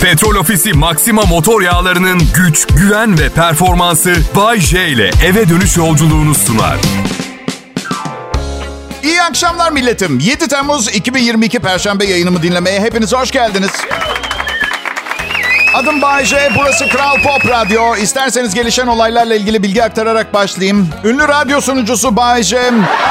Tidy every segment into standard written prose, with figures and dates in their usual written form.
Petrol Ofisi Maxima motor yağlarının güç, güven ve performansı Bay J ile eve dönüş yolculuğunu sunar. İyi akşamlar milletim. 7 Temmuz 2022 Perşembe yayınımı dinlemeye hepiniz hoş geldiniz. Adım Bay J, burası Kral Pop Radyo. İsterseniz gelişen olaylarla ilgili bilgi aktararak başlayayım. Ünlü radyo sunucusu Bay J,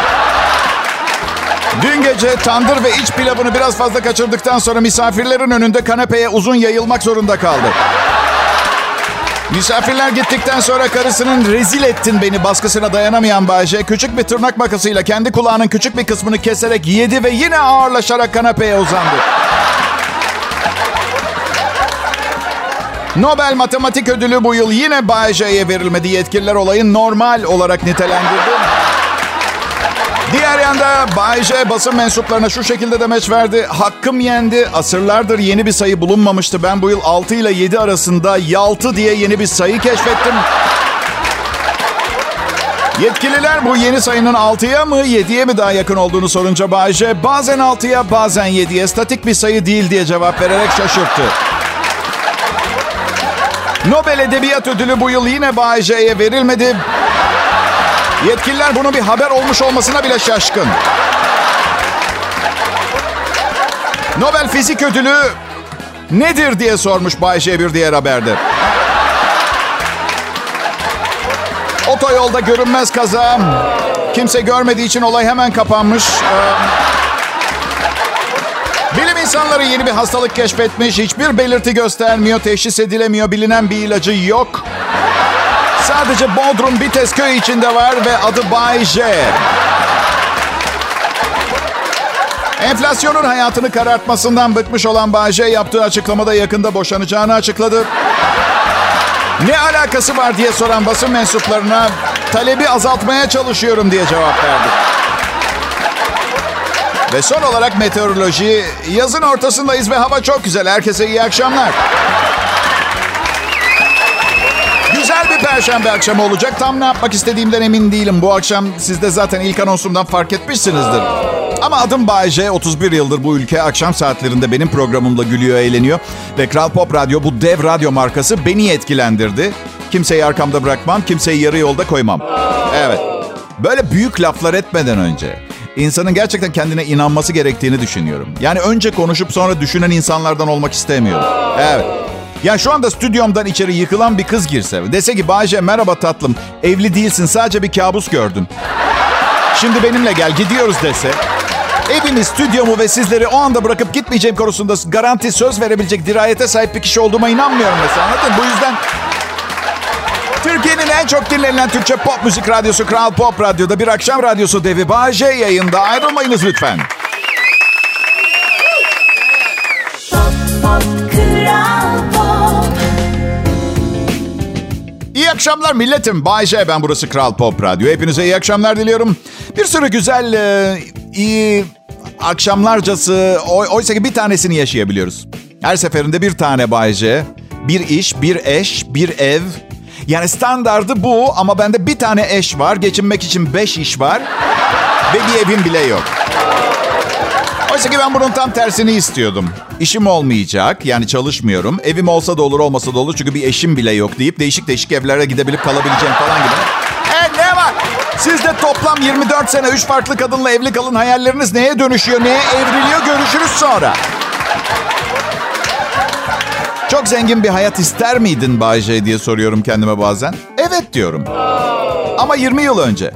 dün gece tandır ve iç pilavını biraz fazla kaçırdıktan sonra misafirlerin önünde kanepeye uzun yayılmak zorunda kaldı. Misafirler gittikten sonra karısının "rezil ettin beni" baskısına dayanamayan Bay J, küçük bir tırnak makasıyla kendi kulağının küçük bir kısmını keserek yedi ve yine ağırlaşarak kanepeye uzandı. Nobel Matematik Ödülü bu yıl yine Bay J'ye verilmedi. Yetkililer olayı normal olarak nitelendirdi. Diğer yanda Bay J basın mensuplarına şu şekilde demeç verdi. Hakkım yendi. Asırlardır yeni bir sayı bulunmamıştı. Ben bu yıl 6 ile 7 arasında Yaltı diye yeni bir sayı keşfettim. Yetkililer bu yeni sayının 6'ya mı 7'ye mi daha yakın olduğunu sorunca Bay J bazen 6'ya bazen 7'ye, statik bir sayı değil diye cevap vererek şaşırttı. Nobel Edebiyat Ödülü bu yıl yine Bay J'ye verilmedi. Yetkililer bunun bir haber olmuş olmasına bile şaşkın. Nobel Fizik Ödülü nedir diye sormuş Bay J bir diğer haberde. Otoyolda görünmez kaza. Kimse görmediği için olay hemen kapanmış. Bilim insanları yeni bir hastalık keşfetmiş. Hiçbir belirti göstermiyor, teşhis edilemiyor, bilinen bir ilacı yok. Sadece Bodrum Bitezköy içinde var ve adı Bay J. Enflasyonun hayatını karartmasından bıkmış olan Bay J yaptığı açıklamada yakında boşanacağını açıkladı. Ne alakası var diye soran basın mensuplarına talebi azaltmaya çalışıyorum diye cevap verdi. Ve son olarak meteoroloji. Yazın ortasındayız ve hava çok güzel. Herkese iyi akşamlar. Güzel bir perşembe akşamı olacak. Tam ne yapmak istediğimden emin değilim. Bu akşam siz de zaten ilk anonsumdan fark etmişsinizdir. Ama adım Bay J. 31 yıldır bu ülke akşam saatlerinde benim programımla gülüyor, eğleniyor. Ve Kral Pop Radyo, bu dev radyo markası beni etkilendirdi. Kimseyi arkamda bırakmam, kimseyi yarı yolda koymam. Evet. Böyle büyük laflar etmeden önce İnsanın gerçekten kendine inanması gerektiğini düşünüyorum. Yani önce konuşup sonra düşünen insanlardan olmak istemiyorum. Evet. Ya şu anda stüdyomdan içeri yıkılan bir kız girse, dese ki Bay J merhaba tatlım, evli değilsin, sadece bir kabus gördüm. Şimdi benimle gel, gidiyoruz dese. Evimi, stüdyomu ve sizleri o anda bırakıp gitmeyeceğim konusunda garanti söz verebilecek dirayete sahip bir kişi olduğuma inanmıyorum mesela, anladın? Bu yüzden Türkiye'nin en çok dinlenilen Türkçe pop müzik radyosu Kral Pop Radyo'da bir akşam radyosu devi Bay J yayında. Ayrılmayınız lütfen. Pop, pop, Kral Pop. İyi akşamlar milletim. Bay J, ben burası Kral Pop Radyo. Hepinize iyi akşamlar diliyorum. Bir sürü güzel, iyi akşamlarcası, oysa ki bir tanesini yaşayabiliyoruz. Her seferinde bir tane Bay J, bir iş, bir eş, bir ev. Yani standardı bu ama bende bir tane eş var. Geçinmek için 5 iş var. Ve bir evim bile yok. Oysa ki ben bunun tam tersini istiyordum. İşim olmayacak, yani çalışmıyorum. Evim olsa da olur, olmasa da olur çünkü bir eşim bile yok deyip değişik değişik evlere gidebilip kalabileceğim falan gibi. Ne var? Siz de toplam 24 sene 3 farklı kadınla evli kalın. Hayalleriniz neye dönüşüyor, neye evriliyor? Görüşürüz sonra. Çok zengin bir hayat ister miydin Bay J diye soruyorum kendime bazen. Evet diyorum. Ama 20 yıl önce.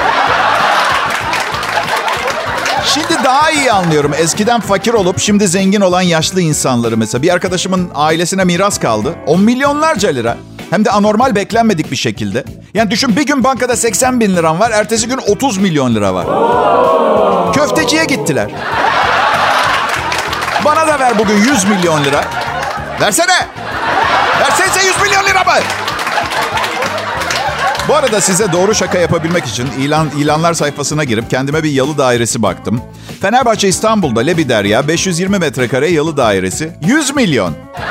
Şimdi daha iyi anlıyorum. Eskiden fakir olup şimdi zengin olan yaşlı insanları mesela. Bir arkadaşımın ailesine miras kaldı. 10 milyonlarca lira. Hem de anormal, beklenmedik bir şekilde. Yani düşün, bir gün bankada 80 bin liram var. Ertesi gün 30 milyon lira var. Köfteciye gittiler. Bana da ver bugün 100 milyon lira. Versene. Versenize 100 milyon lira mı? Bu arada size doğru şaka yapabilmek için ilanlar sayfasına girip kendime bir yalı dairesi baktım. Fenerbahçe İstanbul'da Lebiderya 520 metrekare yalı dairesi 100 milyon.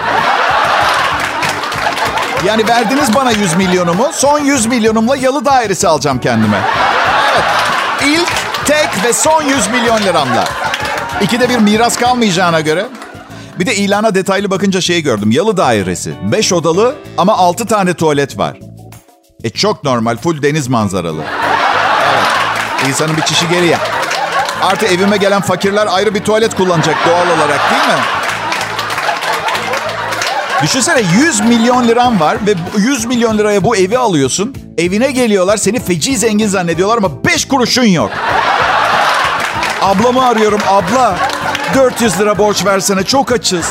Yani verdiniz bana 100 milyonumu, son 100 milyonumla yalı dairesi alacağım kendime. Evet, ilk, tek ve son 100 milyon liramla. İkide bir miras kalmayacağına göre. Bir de ilana detaylı bakınca şeyi gördüm. Yalı dairesi. 5 odalı ama 6 tane tuvalet var. Çok normal. Full deniz manzaralı. Evet. İnsanın bir çişi geriye. Artı evime gelen fakirler ayrı bir tuvalet kullanacak doğal olarak, değil mi? Düşünsene 100 milyon liran var ve 100 milyon liraya bu evi alıyorsun. Evine geliyorlar, seni feci zengin zannediyorlar ama 5 kuruşun yok. Ablamı arıyorum. Abla 400 lira borç versene, çok açız.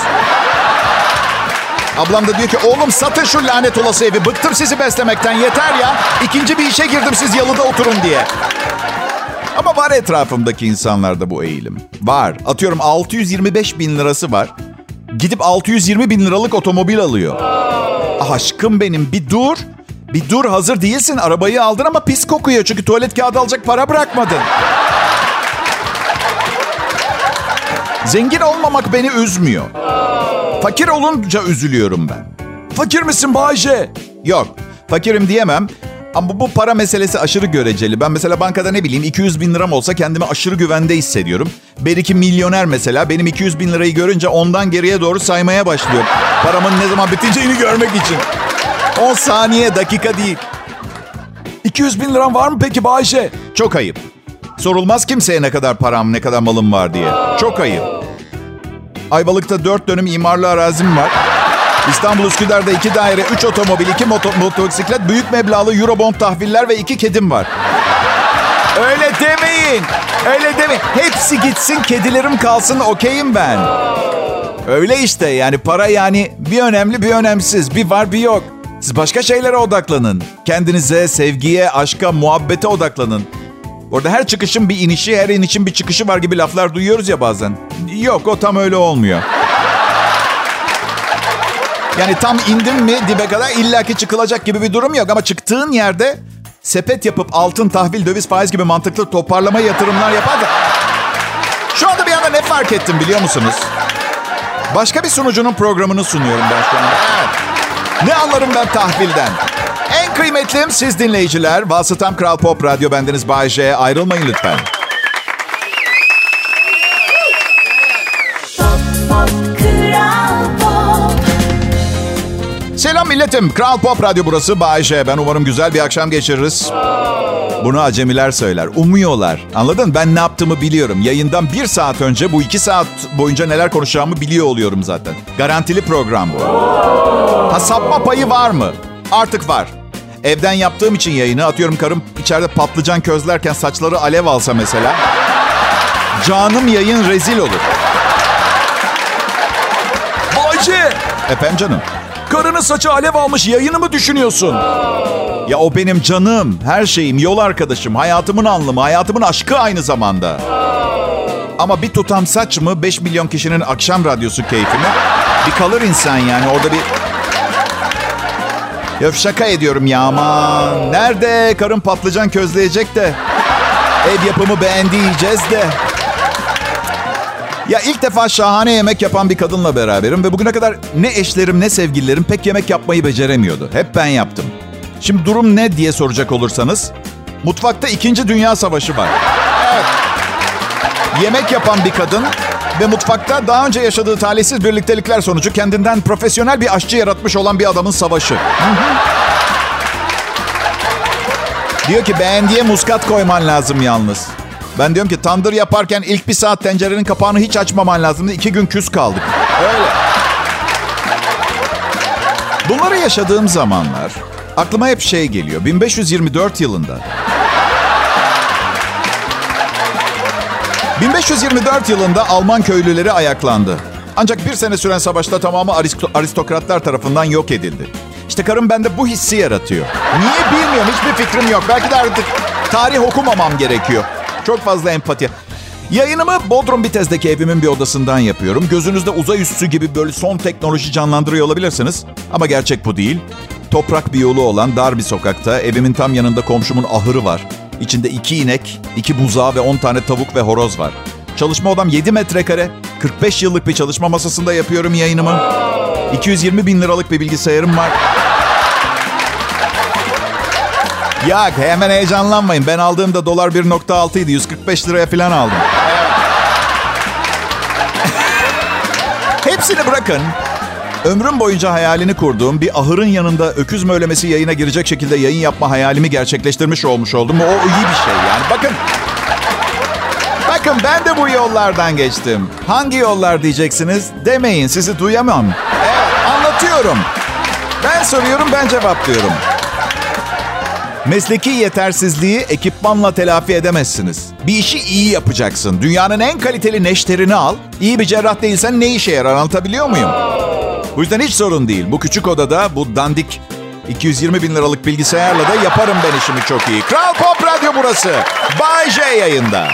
Ablam da diyor ki oğlum satın şu lanet olası evi. Bıktım sizi beslemekten, yeter ya. İkinci bir işe girdim siz yalıda oturun diye. Ama var etrafımdaki insanlarda bu eğilim. Var. Atıyorum 625 bin lirası var. Gidip 620 bin liralık otomobil alıyor. Aşkım benim bir dur. Bir dur, hazır değilsin. Arabayı aldın ama pis kokuyor. Çünkü tuvalet kağıdı alacak para bırakmadın. Zengin olmamak beni üzmüyor. Fakir olunca üzülüyorum ben. Fakir misin Bayce? Yok, fakirim diyemem. Ama bu para meselesi aşırı göreceli. Ben mesela bankada ne bileyim 200 bin liram olsa kendimi aşırı güvende hissediyorum. Beriki milyoner mesela benim 200 bin lirayı görünce ondan geriye doğru saymaya başlıyor. Paramın ne zaman biteceğini görmek için. 10 saniye, dakika değil. 200 bin liram var mı peki Bayşe? Çok ayıp. Sorulmaz kimseye ne kadar param, ne kadar malım var diye. Çok ayıp. Ayvalık'ta 4 dönüm imarlı arazim var. İstanbul Üsküdar'da 2 daire, 3 otomobil, 2 motosiklet, büyük meblağlı Eurobond tahviller ve 2 kedim var. Öyle demeyin. Öyle demeyin. Hepsi gitsin, kedilerim kalsın, okeyim ben. Öyle işte yani para yani bir önemli bir önemsiz. Bir var bir yok. Siz başka şeylere odaklanın. Kendinize, sevgiye, aşka, muhabbete odaklanın. Orada her çıkışın bir inişi, her inişin bir çıkışı var gibi laflar duyuyoruz ya bazen. Yok, o tam öyle olmuyor. Yani tam indim mi dibe kadar illaki çıkılacak gibi bir durum yok. Ama çıktığın yerde sepet yapıp altın, tahvil, döviz, faiz gibi mantıklı toparlama yatırımlar yapar da... Şu anda bir anda ne fark ettim biliyor musunuz? Başka bir sunucunun programını sunuyorum ben şu anda. Evet. Ne anlarım ben tahvilden? En kıymetlim siz dinleyiciler. Vasıtam Kral Pop Radyo, bendeniz Bay J. Ayrılmayın lütfen. Selam milletim. Kral Pop Radyo burası, Bay J. Ben umarım güzel bir akşam geçiririz. Bunu acemiler söyler. Umuyorlar. Anladın? Ben ne yaptığımı biliyorum. Yayından 1 saat önce bu 2 saat boyunca neler konuşacağımı biliyor oluyorum zaten. Garantili program bu. Ha, sapma payı var mı? Artık var. Evden yaptığım için yayını, atıyorum karım içeride patlıcan közlerken saçları alev alsa mesela. Canım yayın rezil olur. Bayce! Efendim canım? Karının saçı alev almış, yayını mı düşünüyorsun? Ya o benim canım, her şeyim, yol arkadaşım, hayatımın anlamı, hayatımın aşkı aynı zamanda. Ama bir tutam saç mı 5 milyon kişinin akşam radyosu keyfi mi? Bir kalır insan yani orada bir... Ya şaka ediyorum ya aman. Nerede? Karım patlıcan közleyecek de. Ev yapımı beğendi yiyeceğiz de. Ya ilk defa şahane yemek yapan bir kadınla beraberim. Ve bugüne kadar ne eşlerim ne sevgililerim pek yemek yapmayı beceremiyordu. Hep ben yaptım. Şimdi durum ne diye soracak olursanız. Mutfakta 2. Dünya Savaşı var. Evet. Yemek yapan bir kadın ve mutfakta daha önce yaşadığı talihsiz birliktelikler sonucu kendinden profesyonel bir aşçı yaratmış olan bir adamın savaşı. Diyor ki beğendiğe muskat koyman lazım yalnız. Ben diyorum ki tandır yaparken ilk 1 saat tencerenin kapağını hiç açmaman lazımdı. 2 gün küs kaldık. Öyle. Bunları yaşadığım zamanlar aklıma hep şey geliyor. 1524 yılında. 1524 yılında Alman köylüleri ayaklandı. Ancak 1 sene süren savaşta tamamı aristokratlar tarafından yok edildi. İşte karım bende bu hissi yaratıyor. Niye bilmiyorum, hiçbir fikrim yok. Belki de artık tarih okumamam gerekiyor. Çok fazla empati. Yayınımı Bodrum Bitez'deki evimin bir odasından yapıyorum. Gözünüzde uzay üssü gibi böyle son teknoloji canlandırıyor olabilirsiniz. Ama gerçek bu değil. Toprak bir yolu olan dar bir sokakta evimin tam yanında komşumun ahırı var. İçinde 2 inek, 2 buzağı ve 10 tane tavuk ve horoz var. Çalışma odam 7 metrekare. 45 yıllık bir çalışma masasında yapıyorum yayınımı. 220 bin liralık bir bilgisayarım var. Ya hemen heyecanlanmayın. Ben aldığımda dolar 1.6 idi. 145 liraya falan aldım. Hepsini bırakın. Ömrüm boyunca hayalini kurduğum bir ahırın yanında öküz möylemesi yayına girecek şekilde yayın yapma hayalimi gerçekleştirmiş olmuş oldum. O iyi bir şey yani. Bakın ben de bu yollardan geçtim. Hangi yollar diyeceksiniz? Demeyin, sizi duyamam. Evet, anlatıyorum. Ben soruyorum, ben cevaplıyorum. Mesleki yetersizliği ekipmanla telafi edemezsiniz. Bir işi iyi yapacaksın. Dünyanın en kaliteli neşterini al. İyi bir cerrah değilsen ne işe yarar, anlatabiliyor muyum? Bu yüzden hiç sorun değil. Bu küçük odada bu dandik 220 bin liralık bilgisayarla da yaparım ben işimi çok iyi. Kral Pop Radyo burası. Bay J yayında.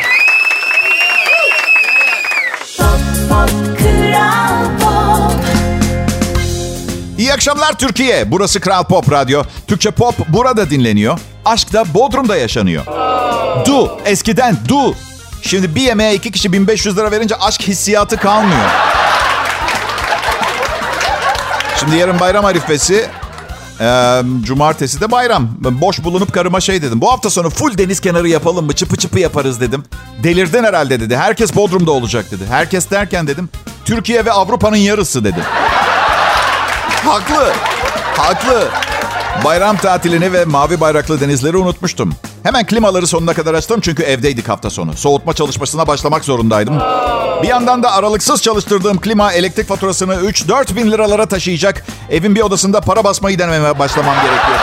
İyi akşamlar Türkiye. Burası Kral Pop Radyo. Türkçe pop burada dinleniyor. Aşk da Bodrum'da yaşanıyor. Eskiden du. Şimdi bir yemeğe 2 kişi 1500 lira verince aşk hissiyatı kalmıyor. Şimdi yarın bayram arifesi. Cumartesi de bayram. Ben boş bulunup karıma şey dedim. Bu hafta sonu full deniz kenarı yapalım mı? Çıpı çıpı yaparız dedim. Delirdin herhalde dedi. Herkes Bodrum'da olacak dedi. Herkes derken dedim. Türkiye ve Avrupa'nın yarısı dedi. Haklı. Bayram tatilini ve mavi bayraklı denizleri unutmuştum. Hemen klimaları sonuna kadar açtım çünkü evdeydik hafta sonu. Soğutma çalışmasına başlamak zorundaydım. Bir yandan da aralıksız çalıştırdığım klima elektrik faturasını 3-4 bin liralara taşıyacak. Evin bir odasında para basmayı denemeye başlamam gerekiyordu.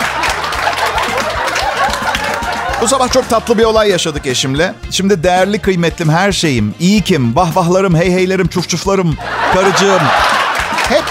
Bu sabah çok tatlı bir olay yaşadık eşimle. Şimdi değerli kıymetlim, her şeyim, iyi kim, vahvahlarım, hey heylerim, çufçuflarım, karıcığım hep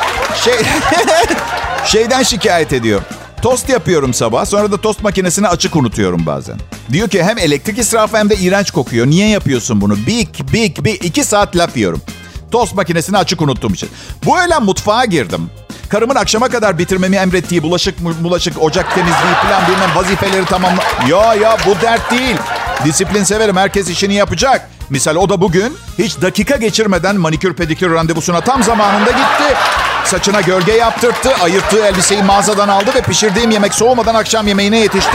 şeyden şikayet ediyor. Tost yapıyorum sabah, sonra da tost makinesini açık unutuyorum bazen. Diyor ki hem elektrik israfı hem de iğrenç kokuyor. Niye yapıyorsun bunu? Big 2 saat laf yiyorum. Tost makinesini açık unuttuğum için. Bu öğlen mutfağa girdim. Karımın akşama kadar bitirmemi emrettiği bulaşık, ocak temizliği falan bilmem vazifeleri tamamla... Ya bu dert değil. Disiplin severim, herkes işini yapacak. Misal o da bugün hiç dakika geçirmeden manikür pedikür randevusuna tam zamanında gitti. Saçına gölge yaptırttı, ayırttığı elbiseyi mağazadan aldı ve pişirdiğim yemek soğumadan akşam yemeğine yetişti.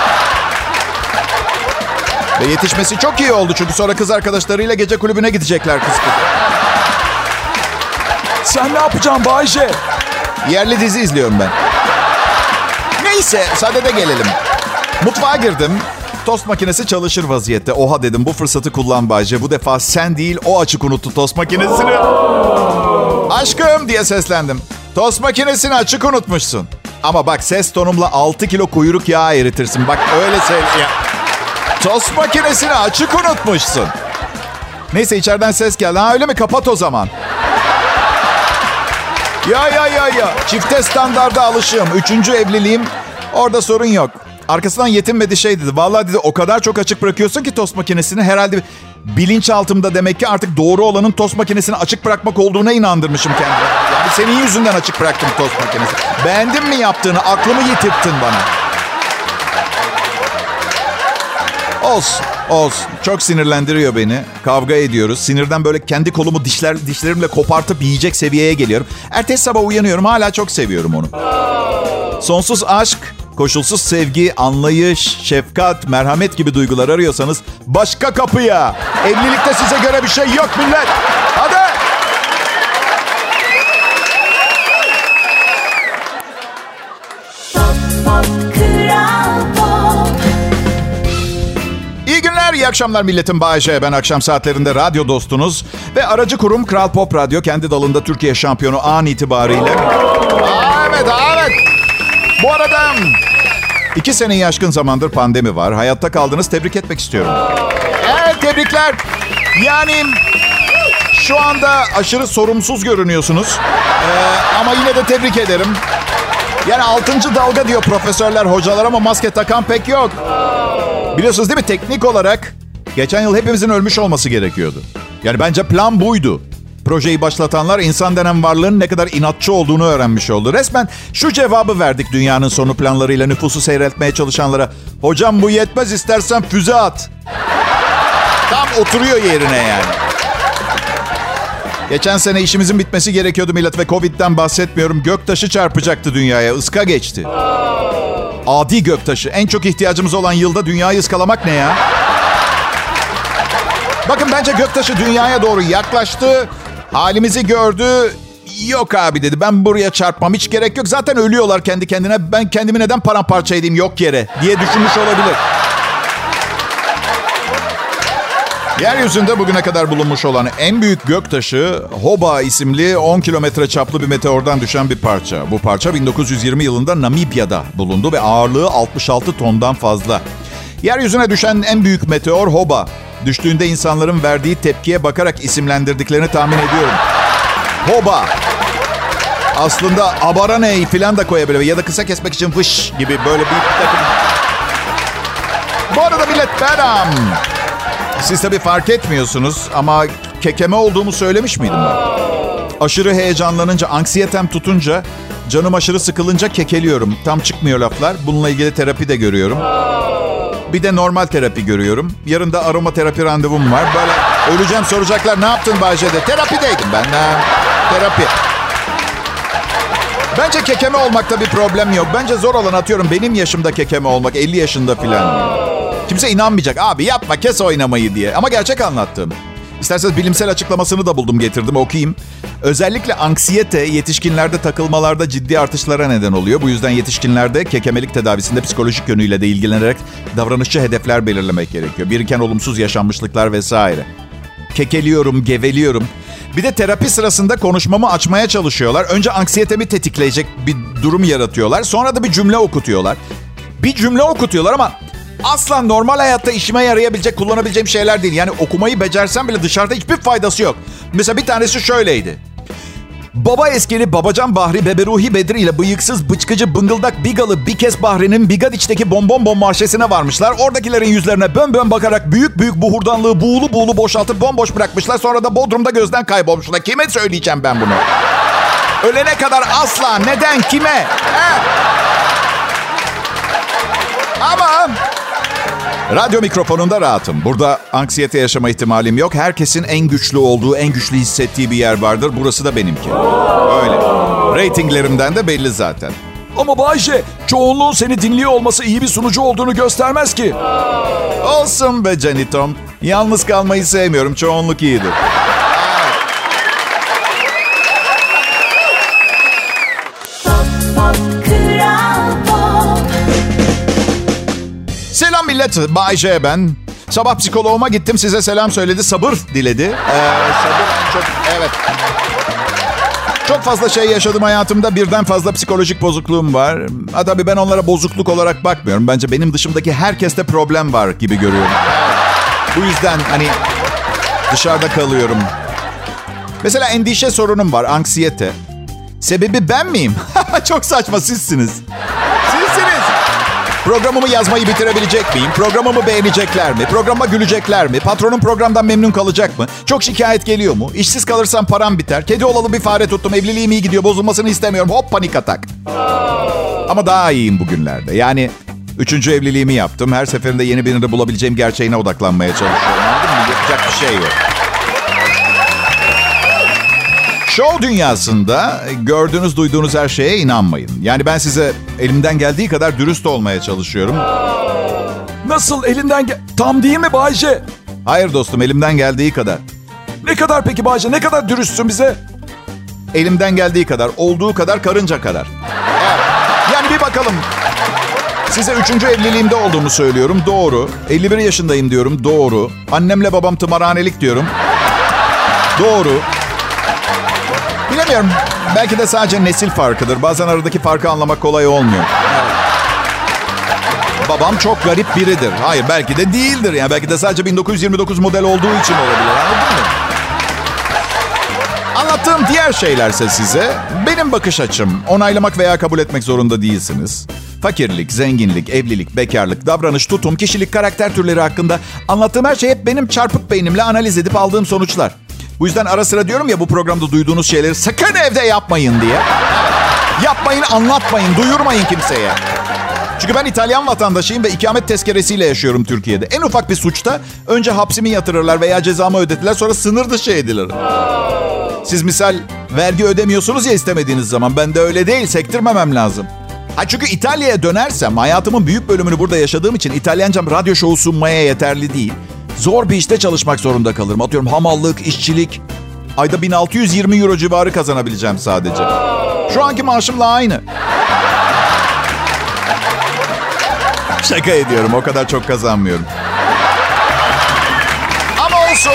Ve yetişmesi çok iyi oldu çünkü sonra kız arkadaşlarıyla gece kulübüne gidecekler kız. Sen ne yapacaksın Bayce? Yerli dizi izliyorum ben. Neyse, sadede gelelim. Mutfağa girdim. Tost makinesi çalışır vaziyette. Oha dedim, bu fırsatı kullan Bayce. Bu defa sen değil, o açık unuttu tost makinesini. Aşkım diye seslendim. Tost makinesini açık unutmuşsun. Ama bak ses tonumla 6 kilo kuyruk yağı eritirsin. Bak öyle söyle. Tost makinesini açık unutmuşsun. Neyse içeriden ses geldi. Ha öyle mi? Kapat o zaman. Ya. Çifte standarda alışığım. 3. evliliğim. Orada sorun yok. Arkasından yetinmedi şey dedi. Vallahi dedi o kadar çok açık bırakıyorsun ki tost makinesini. Herhalde bilinçaltımda demek ki artık doğru olanın tost makinesini açık bırakmak olduğuna inandırmışım kendime. Yani senin yüzünden açık bıraktım tost makinesini. Beğendin mi yaptığını? Aklımı yitirttin bana. Olsun. Çok sinirlendiriyor beni. Kavga ediyoruz. Sinirden böyle kendi kolumu dişlerimle kopartıp yiyecek seviyeye geliyorum. Ertesi sabah uyanıyorum. Hala çok seviyorum onu. Sonsuz aşk, koşulsuz sevgi, anlayış, şefkat, merhamet gibi duygular arıyorsanız başka kapıya. Evlilikte size göre bir şey yok millet. Hadi. İyi günler, iyi akşamlar milletim. Bay J. Ben akşam saatlerinde radyo dostunuz. Ve aracı kurum Kral Pop Radyo kendi dalında Türkiye şampiyonu an itibariyle. Evet. Bu arada 2 seneyi aşkın zamandır pandemi var. Hayatta kaldınız, tebrik etmek istiyorum. Evet, tebrikler. Yani şu anda aşırı sorumsuz görünüyorsunuz. Ama yine de tebrik ederim. Yani 6. dalga diyor profesörler, hocalar ama maske takan pek yok. Biliyorsunuz değil mi? Teknik olarak geçen yıl hepimizin ölmüş olması gerekiyordu. Yani bence plan buydu. Projeyi başlatanlar insan denen varlığın ne kadar inatçı olduğunu öğrenmiş oldu. Resmen şu cevabı verdik dünyanın sonu planlarıyla nüfusu seyreltmeye çalışanlara. Hocam bu yetmez, istersen füze at. Tam oturuyor yerine yani. Geçen sene işimizin bitmesi gerekiyordu millet ve Covid'den bahsetmiyorum. Göktaşı çarpacaktı dünyaya, ıska geçti. Adi göktaşı. En çok ihtiyacımız olan yılda dünyayı ıskalamak ne ya? Bakın bence göktaşı dünyaya doğru yaklaştı. Halimizi gördü. Yok abi dedi, ben buraya çarpmam, hiç gerek yok. Zaten ölüyorlar kendi kendine. Ben kendimi neden paramparça edeyim yok yere diye düşünmüş olabilir. Yeryüzünde bugüne kadar bulunmuş olan en büyük göktaşı Hoba isimli 10 kilometre çaplı bir meteordan düşen bir parça. Bu parça 1920 yılında Namibya'da bulundu ve ağırlığı 66 tondan fazla. Yeryüzüne düşen en büyük meteor Hoba. Düştüğünde insanların verdiği tepkiye bakarak isimlendirdiklerini tahmin ediyorum. Hoba. Aslında Abaraney falan da koyabilir ya da kısa kesmek için vış gibi böyle bir takım. Bu arada millet benim. Siz tabii fark etmiyorsunuz ama kekeme olduğumu söylemiş miydim ben? Aşırı heyecanlanınca, anksiyetem tutunca, canım aşırı sıkılınca kekeliyorum. Tam çıkmıyor laflar. Bununla ilgili terapi de görüyorum. Bir de normal terapi görüyorum. Yarın da aromaterapi randevum var. Böyle öleceğim, soracaklar ne yaptın Bahçe'de? Terapideydim ben. Terapi. Bence kekeme olmakta bir problem yok. Bence zor olan, atıyorum benim yaşımda kekeme olmak, 50 yaşında filan. Kimse inanmayacak. Abi yapma, kes oynamayı diye. Ama gerçek anlattım. İsterseniz bilimsel açıklamasını da buldum, getirdim, okuyayım. Özellikle anksiyete yetişkinlerde takılmalarda ciddi artışlara neden oluyor. Bu yüzden yetişkinlerde kekemelik tedavisinde psikolojik yönüyle de ilgilenerek davranışçı hedefler belirlemek gerekiyor. Biriken olumsuz yaşanmışlıklar vesaire. Kekeliyorum, geveliyorum. Bir de terapi sırasında konuşmamı açmaya çalışıyorlar. Önce anksiyetemi tetikleyecek bir durum yaratıyorlar. Sonra da bir cümle okutuyorlar. Bir cümle okutuyorlar ama asla normal hayatta işime yarayabilecek, kullanabileceğim şeyler değil. Yani okumayı becersem bile dışarıda hiçbir faydası yok. Mesela bir tanesi şöyleydi. Baba eskili Babacan Bahri Beberuhi Bedri ile bıyıksız bıçkıcı bıngıldak Bigalı Bikes Bahri'nin Bigadiç'teki bonbon marşesine varmışlar. Oradakilerin yüzlerine bön bön bakarak büyük büyük buhurdanlığı buğulu buğulu boşaltıp bomboş bırakmışlar. Sonra da Bodrum'da gözden kaybolmuşlar. Kime söyleyeceğim ben bunu? Ölene kadar asla. Neden? Kime? Ama radyo mikrofonunda rahatım. Burada anksiyete yaşama ihtimalim yok. Herkesin en güçlü olduğu, en güçlü hissettiği bir yer vardır. Burası da benimki. Öyle. Ratinglerimden de belli zaten. Ama Bayce, çoğunluğun seni dinliyor olması iyi bir sunucu olduğunu göstermez ki. Olsun be Canitom. Yalnız kalmayı sevmiyorum. Çoğunluk iyidir. Selam millet. Bay J ben. Sabah psikoloğuma gittim. Size selam söyledi. Sabır diledi. Sabır en çok... Evet. Çok fazla şey yaşadım hayatımda. Birden fazla psikolojik bozukluğum var. Tabii ben onlara bozukluk olarak bakmıyorum. Bence benim dışımdaki herkeste problem var gibi görüyorum. Bu yüzden hani dışarıda kalıyorum. Mesela endişe sorunum var. Anksiyete. Sebebi ben miyim? Çok saçma, sizsiniz. Sizsiniz. Programımı yazmayı bitirebilecek miyim? Programımı beğenecekler mi? Programa gülecekler mi? Patronum programdan memnun kalacak mı? Çok şikayet geliyor mu? İşsiz kalırsam param biter. Kedi olalı bir fare tuttum. Evliliğim iyi gidiyor. Bozulmasını istemiyorum. Hop, panik atak. Ama daha iyiyim bugünlerde. Yani 3. evliliğimi yaptım. Her seferinde yeni birini bulabileceğim gerçeğine odaklanmaya çalışıyorum. Anladın mı? Yapacak bir şey yok. Show dünyasında gördüğünüz, duyduğunuz her şeye inanmayın. Yani ben size elimden geldiği kadar dürüst olmaya çalışıyorum. Nasıl elinden tam değil mi Bayce? Hayır dostum, elimden geldiği kadar. Ne kadar peki Bayce? Ne kadar dürüstsün bize? Elimden geldiği kadar, olduğu kadar, karınca kadar. Evet. Yani bir bakalım. Size 3. evliliğimde olduğumu söylüyorum. Doğru. 51 yaşındayım diyorum. Doğru. Annemle babam tımarhanelik diyorum. Doğru. Bilemiyorum. Belki de sadece nesil farkıdır. Bazen aradaki farkı anlamak kolay olmuyor. Babam çok garip biridir. Hayır, belki de değildir. Yani belki de sadece 1929 model olduğu için olabilir. Anladın mı? Anlattığım diğer şeylerse size benim bakış açım. Onaylamak veya kabul etmek zorunda değilsiniz. Fakirlik, zenginlik, evlilik, bekarlık, davranış, tutum, kişilik, karakter türleri hakkında anlattığım her şey hep benim çarpık beynimle analiz edip aldığım sonuçlar. Bu yüzden ara sıra diyorum ya, bu programda duyduğunuz şeyleri sakın evde yapmayın diye. Yapmayın, anlatmayın, duyurmayın kimseye. Çünkü ben İtalyan vatandaşıyım ve ikamet tezkeresiyle yaşıyorum Türkiye'de. En ufak bir suçta önce hapsimi yatırırlar veya cezamı ödetirler, sonra sınır dışı edilir. Siz misal vergi ödemiyorsunuz ya istemediğiniz zaman. Ben de öyle değil, sektirmemem lazım. Çünkü İtalya'ya dönersem hayatımın büyük bölümünü burada yaşadığım için İtalyancam radyo şovu sunmaya yeterli değil. Zor bir işte çalışmak zorunda kalırım. Atıyorum hamallık, işçilik. Ayda 1620 euro civarı kazanabileceğim sadece. Şu anki maaşımla aynı. Şaka ediyorum, o kadar çok kazanmıyorum. Ama olsun.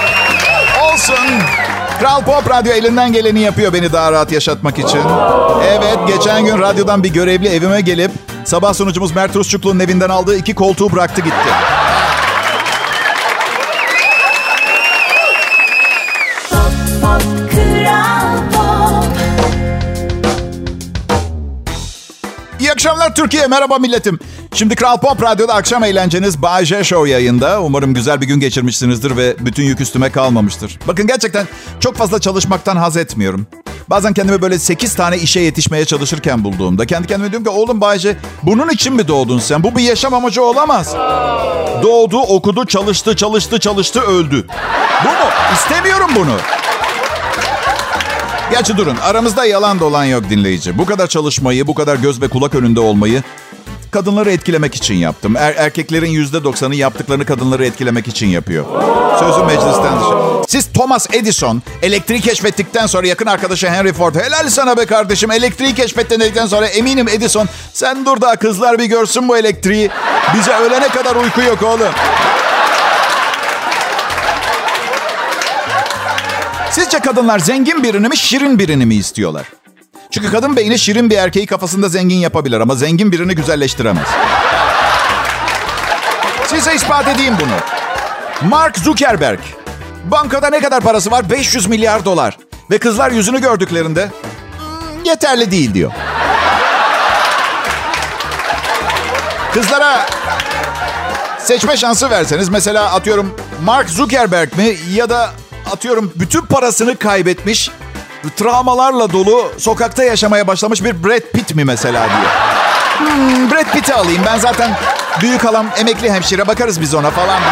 Kral Pop Radyo elinden geleni yapıyor beni daha rahat yaşatmak için. Evet, geçen gün radyodan bir görevli evime gelip sabah sunucumuz Mert Rusçuklu'nun evinden aldığı 2 koltuğu bıraktı gitti. İyi akşamlar Türkiye, merhaba milletim. Şimdi Kral Pop Radyo'da akşam eğlenceniz Bay J Show yayında. Umarım güzel bir gün geçirmişsinizdir ve bütün yük üstüme kalmamıştır. Bakın gerçekten çok fazla çalışmaktan haz etmiyorum. Bazen kendimi böyle 8 tane işe yetişmeye çalışırken bulduğumda kendi kendime diyorum ki oğlum Bay J, bunun için mi doğdun sen? Bu bir yaşam amacı olamaz. Doğdu, okudu, çalıştı, öldü. Bu mu? İstemiyorum bunu. Gerçi durun, aramızda yalan dolan yok dinleyici. Bu kadar çalışmayı, bu kadar göz ve kulak önünde olmayı kadınları etkilemek için yaptım. Erkeklerin %90'ı yaptıklarını kadınları etkilemek için yapıyor. Sözüm meclisten dışı. Siz Thomas Edison elektriği keşfettikten sonra yakın arkadaşı Henry Ford, helal sana be kardeşim, elektriği keşfettin dedikten sonra eminim Edison, sen dur da kızlar bir görsün bu elektriği. Bize ölene kadar uyku yok oğlum. Sizce kadınlar zengin birini mi, şirin birini mi istiyorlar? Çünkü kadın beyni şirin bir erkeği kafasında zengin yapabilir ama zengin birini güzelleştiremez. Size ispat edeyim bunu. Mark Zuckerberg. Bankada ne kadar parası var? 500 milyar dolar. Ve kızlar yüzünü gördüklerinde yeterli değil diyor. Kızlara seçme şansı verseniz, mesela atıyorum Mark Zuckerberg mi ya da atıyorum bütün parasını kaybetmiş, travmalarla dolu, sokakta yaşamaya başlamış bir Brad Pitt mi mesela diyor. Brad Pitt'i alayım, ben zaten büyük halam emekli hemşire, bakarız biz ona falan.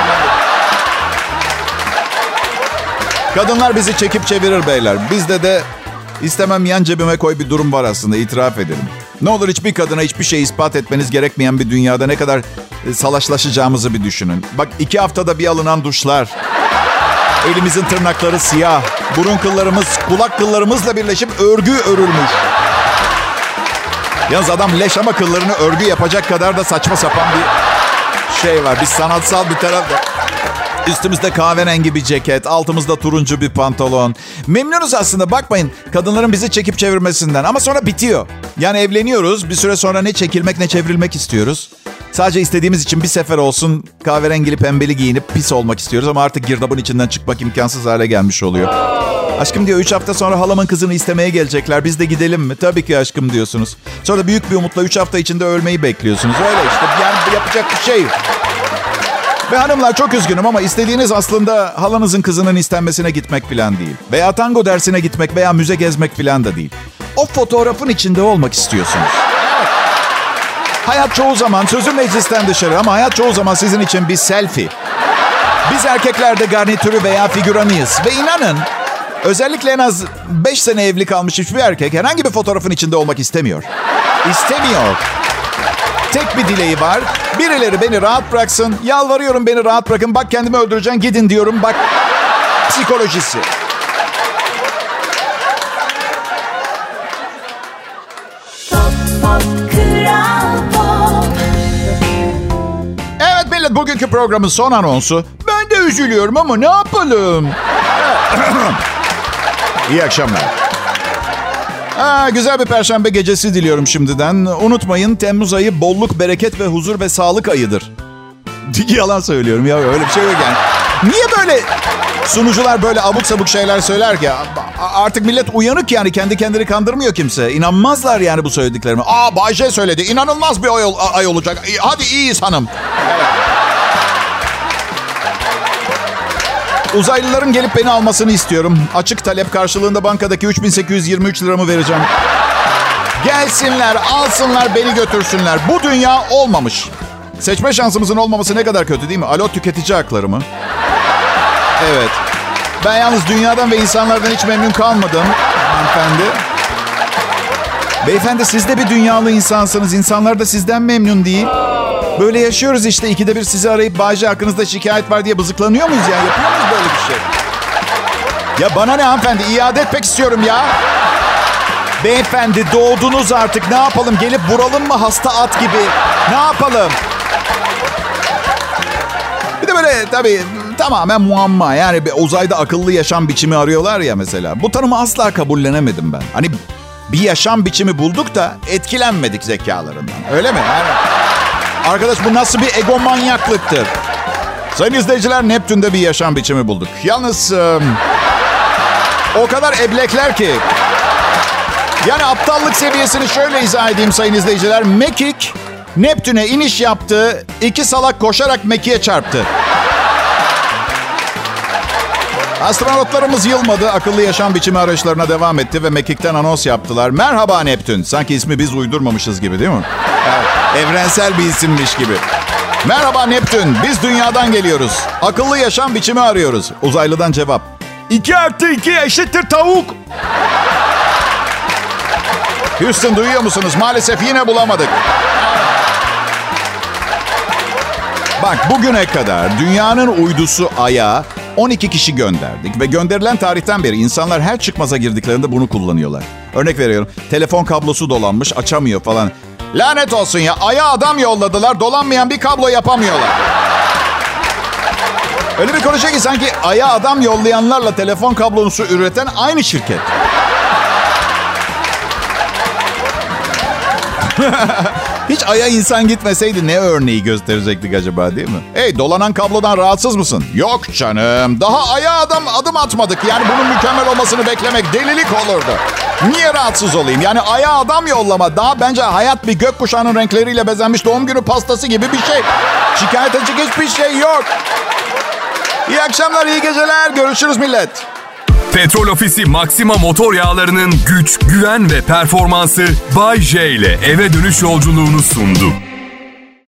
Kadınlar bizi çekip çevirir beyler. Bizde de istemem yan cebime koy bir durum var aslında, itiraf ederim. Ne olur hiçbir kadına hiçbir şey ispat etmeniz gerekmeyen bir dünyada ne kadar salaşlaşacağımızı bir düşünün. Bak 2 haftada bir alınan duşlar. Elimizin tırnakları siyah. Burun kıllarımız kulak kıllarımızla birleşip örgü örülmüş. Yalnız adam leş ama kıllarını örgü yapacak kadar da saçma sapan bir şey var. Bir sanatsal bir taraf var. Üstümüzde kahverengi bir ceket, altımızda turuncu bir pantolon. Memnunuz aslında, bakmayın kadınların bizi çekip çevirmesinden. Ama sonra bitiyor. Yani evleniyoruz, bir süre sonra ne çekilmek ne çevrilmek istiyoruz. Sadece istediğimiz için bir sefer olsun kahverengili pembeli giyinip pis olmak istiyoruz. Ama artık girdabın içinden çıkmak imkansız hale gelmiş oluyor. Aşkım diyor 3 hafta sonra halamın kızını istemeye gelecekler. Biz de gidelim mi? Tabii ki aşkım diyorsunuz. Sonra da büyük bir umutla 3 hafta içinde ölmeyi bekliyorsunuz. Öyle işte, yani yapacak bir şey yok. Ve hanımlar çok üzgünüm ama istediğiniz aslında halanızın kızının istenmesine gitmek falan değil. Veya tango dersine gitmek veya müze gezmek falan da değil. O fotoğrafın içinde olmak istiyorsunuz. Hayat çoğu zaman, sözüm meclisten dışarı ama hayat çoğu zaman sizin için bir selfie. Biz erkekler de garnitürü veya figüranıyız. Ve inanın, özellikle en az 5 sene evli kalmış hiçbir erkek herhangi bir fotoğrafın içinde olmak istemiyor. İstemiyor. Tek bir dileği var. Birileri beni rahat bıraksın. Yalvarıyorum, beni rahat bırakın. Bak kendimi öldüreceğim, gidin diyorum. Bak psikolojisi. Evet millet, bugünkü programın son anonsu. Ben de üzülüyorum ama ne yapalım? İyi akşamlar. Güzel bir perşembe gecesi diliyorum şimdiden. Unutmayın, Temmuz ayı bolluk, bereket ve huzur ve sağlık ayıdır. Yalan söylüyorum ya, öyle bir şey yok yani. Niye böyle sunucular böyle abuk sabuk şeyler söyler ki? Artık millet uyanık yani, kendi kendini kandırmıyor kimse. İnanmazlar yani bu söylediklerime. Bay J söyledi, inanılmaz bir ay olacak. Hadi iyiyiz hanım. Uzaylıların gelip beni almasını istiyorum. Açık talep karşılığında bankadaki 3823 liramı vereceğim. Gelsinler, alsınlar, beni götürsünler. Bu dünya olmamış. Seçme şansımızın olmaması ne kadar kötü değil mi? Alo, tüketici hakları mı? Evet. Ben yalnız dünyadan ve insanlardan hiç memnun kalmadım hanımefendi. Beyefendi, siz de bir dünyalı insansınız. İnsanlar da sizden memnun değil. Böyle yaşıyoruz işte. 2'de bir sizi arayıp Bay J hakkınızda şikayet var diye bızıklanıyor muyuz yani? Yapıyor muyuz böyle bir şey? Ya bana ne hanımefendi? İade etmek istiyorum ya. Beyefendi doğdunuz artık. Ne yapalım? Gelip vuralım mı hasta at gibi? Ne yapalım? Bir de böyle tabii tamamen muamma. Yani uzayda akıllı yaşam biçimi arıyorlar ya mesela. Bu tanımı asla kabullenemedim ben. Hani bir yaşam biçimi bulduk da etkilenmedik zekalarından. Öyle mi? Yani, arkadaş bu nasıl bir egomanyaklıktır? Sayın izleyiciler, Neptün'de bir yaşam biçimi bulduk. Yalnız o kadar eblekler ki. Yani aptallık seviyesini şöyle izah edeyim sayın izleyiciler. Mekik Neptün'e iniş yaptı. 2 salak koşarak Mekik'e çarptı. Astronotlarımız yılmadı. Akıllı yaşam biçimi arayışlarına devam etti ve Mekik'ten anons yaptılar. Merhaba Neptün. Sanki ismi biz uydurmamışız gibi değil mi? Evet, evrensel bir isimmiş gibi. Merhaba Neptün. Biz dünyadan geliyoruz. Akıllı yaşam biçimi arıyoruz. Uzaylıdan cevap. 2+2 eşittir tavuk. Houston duyuyor musunuz? Maalesef yine bulamadık. Bak bugüne kadar dünyanın uydusu Ay'a 12 kişi gönderdik. Ve gönderilen tarihten beri insanlar her çıkmaza girdiklerinde bunu kullanıyorlar. Örnek veriyorum. Telefon kablosu dolanmış, açamıyor falan. Lanet olsun ya. Ay'a adam yolladılar. Dolanmayan bir kablo yapamıyorlar. Öyle bir konuşuyor ki sanki Ay'a adam yollayanlarla telefon kablosu üreten aynı şirket. Hiç Ay'a insan gitmeseydi ne örneği gösterecektik acaba değil mi? Hey, dolanan kablodan rahatsız mısın? Yok canım. Daha Ay'a adım atmadık. Yani bunun mükemmel olmasını beklemek delilik olurdu. Niye rahatsız olayım? Yani Ay'a adam yollama. Daha bence hayat bir gökkuşağının renkleriyle bezenmiş doğum günü pastası gibi bir şey. Şikayet edecek hiçbir şey yok. İyi akşamlar, iyi geceler. Görüşürüz millet. Petrol Ofisi Maxima motor yağlarının güç, güven ve performansı Bay J ile eve dönüş yolculuğunu sundu.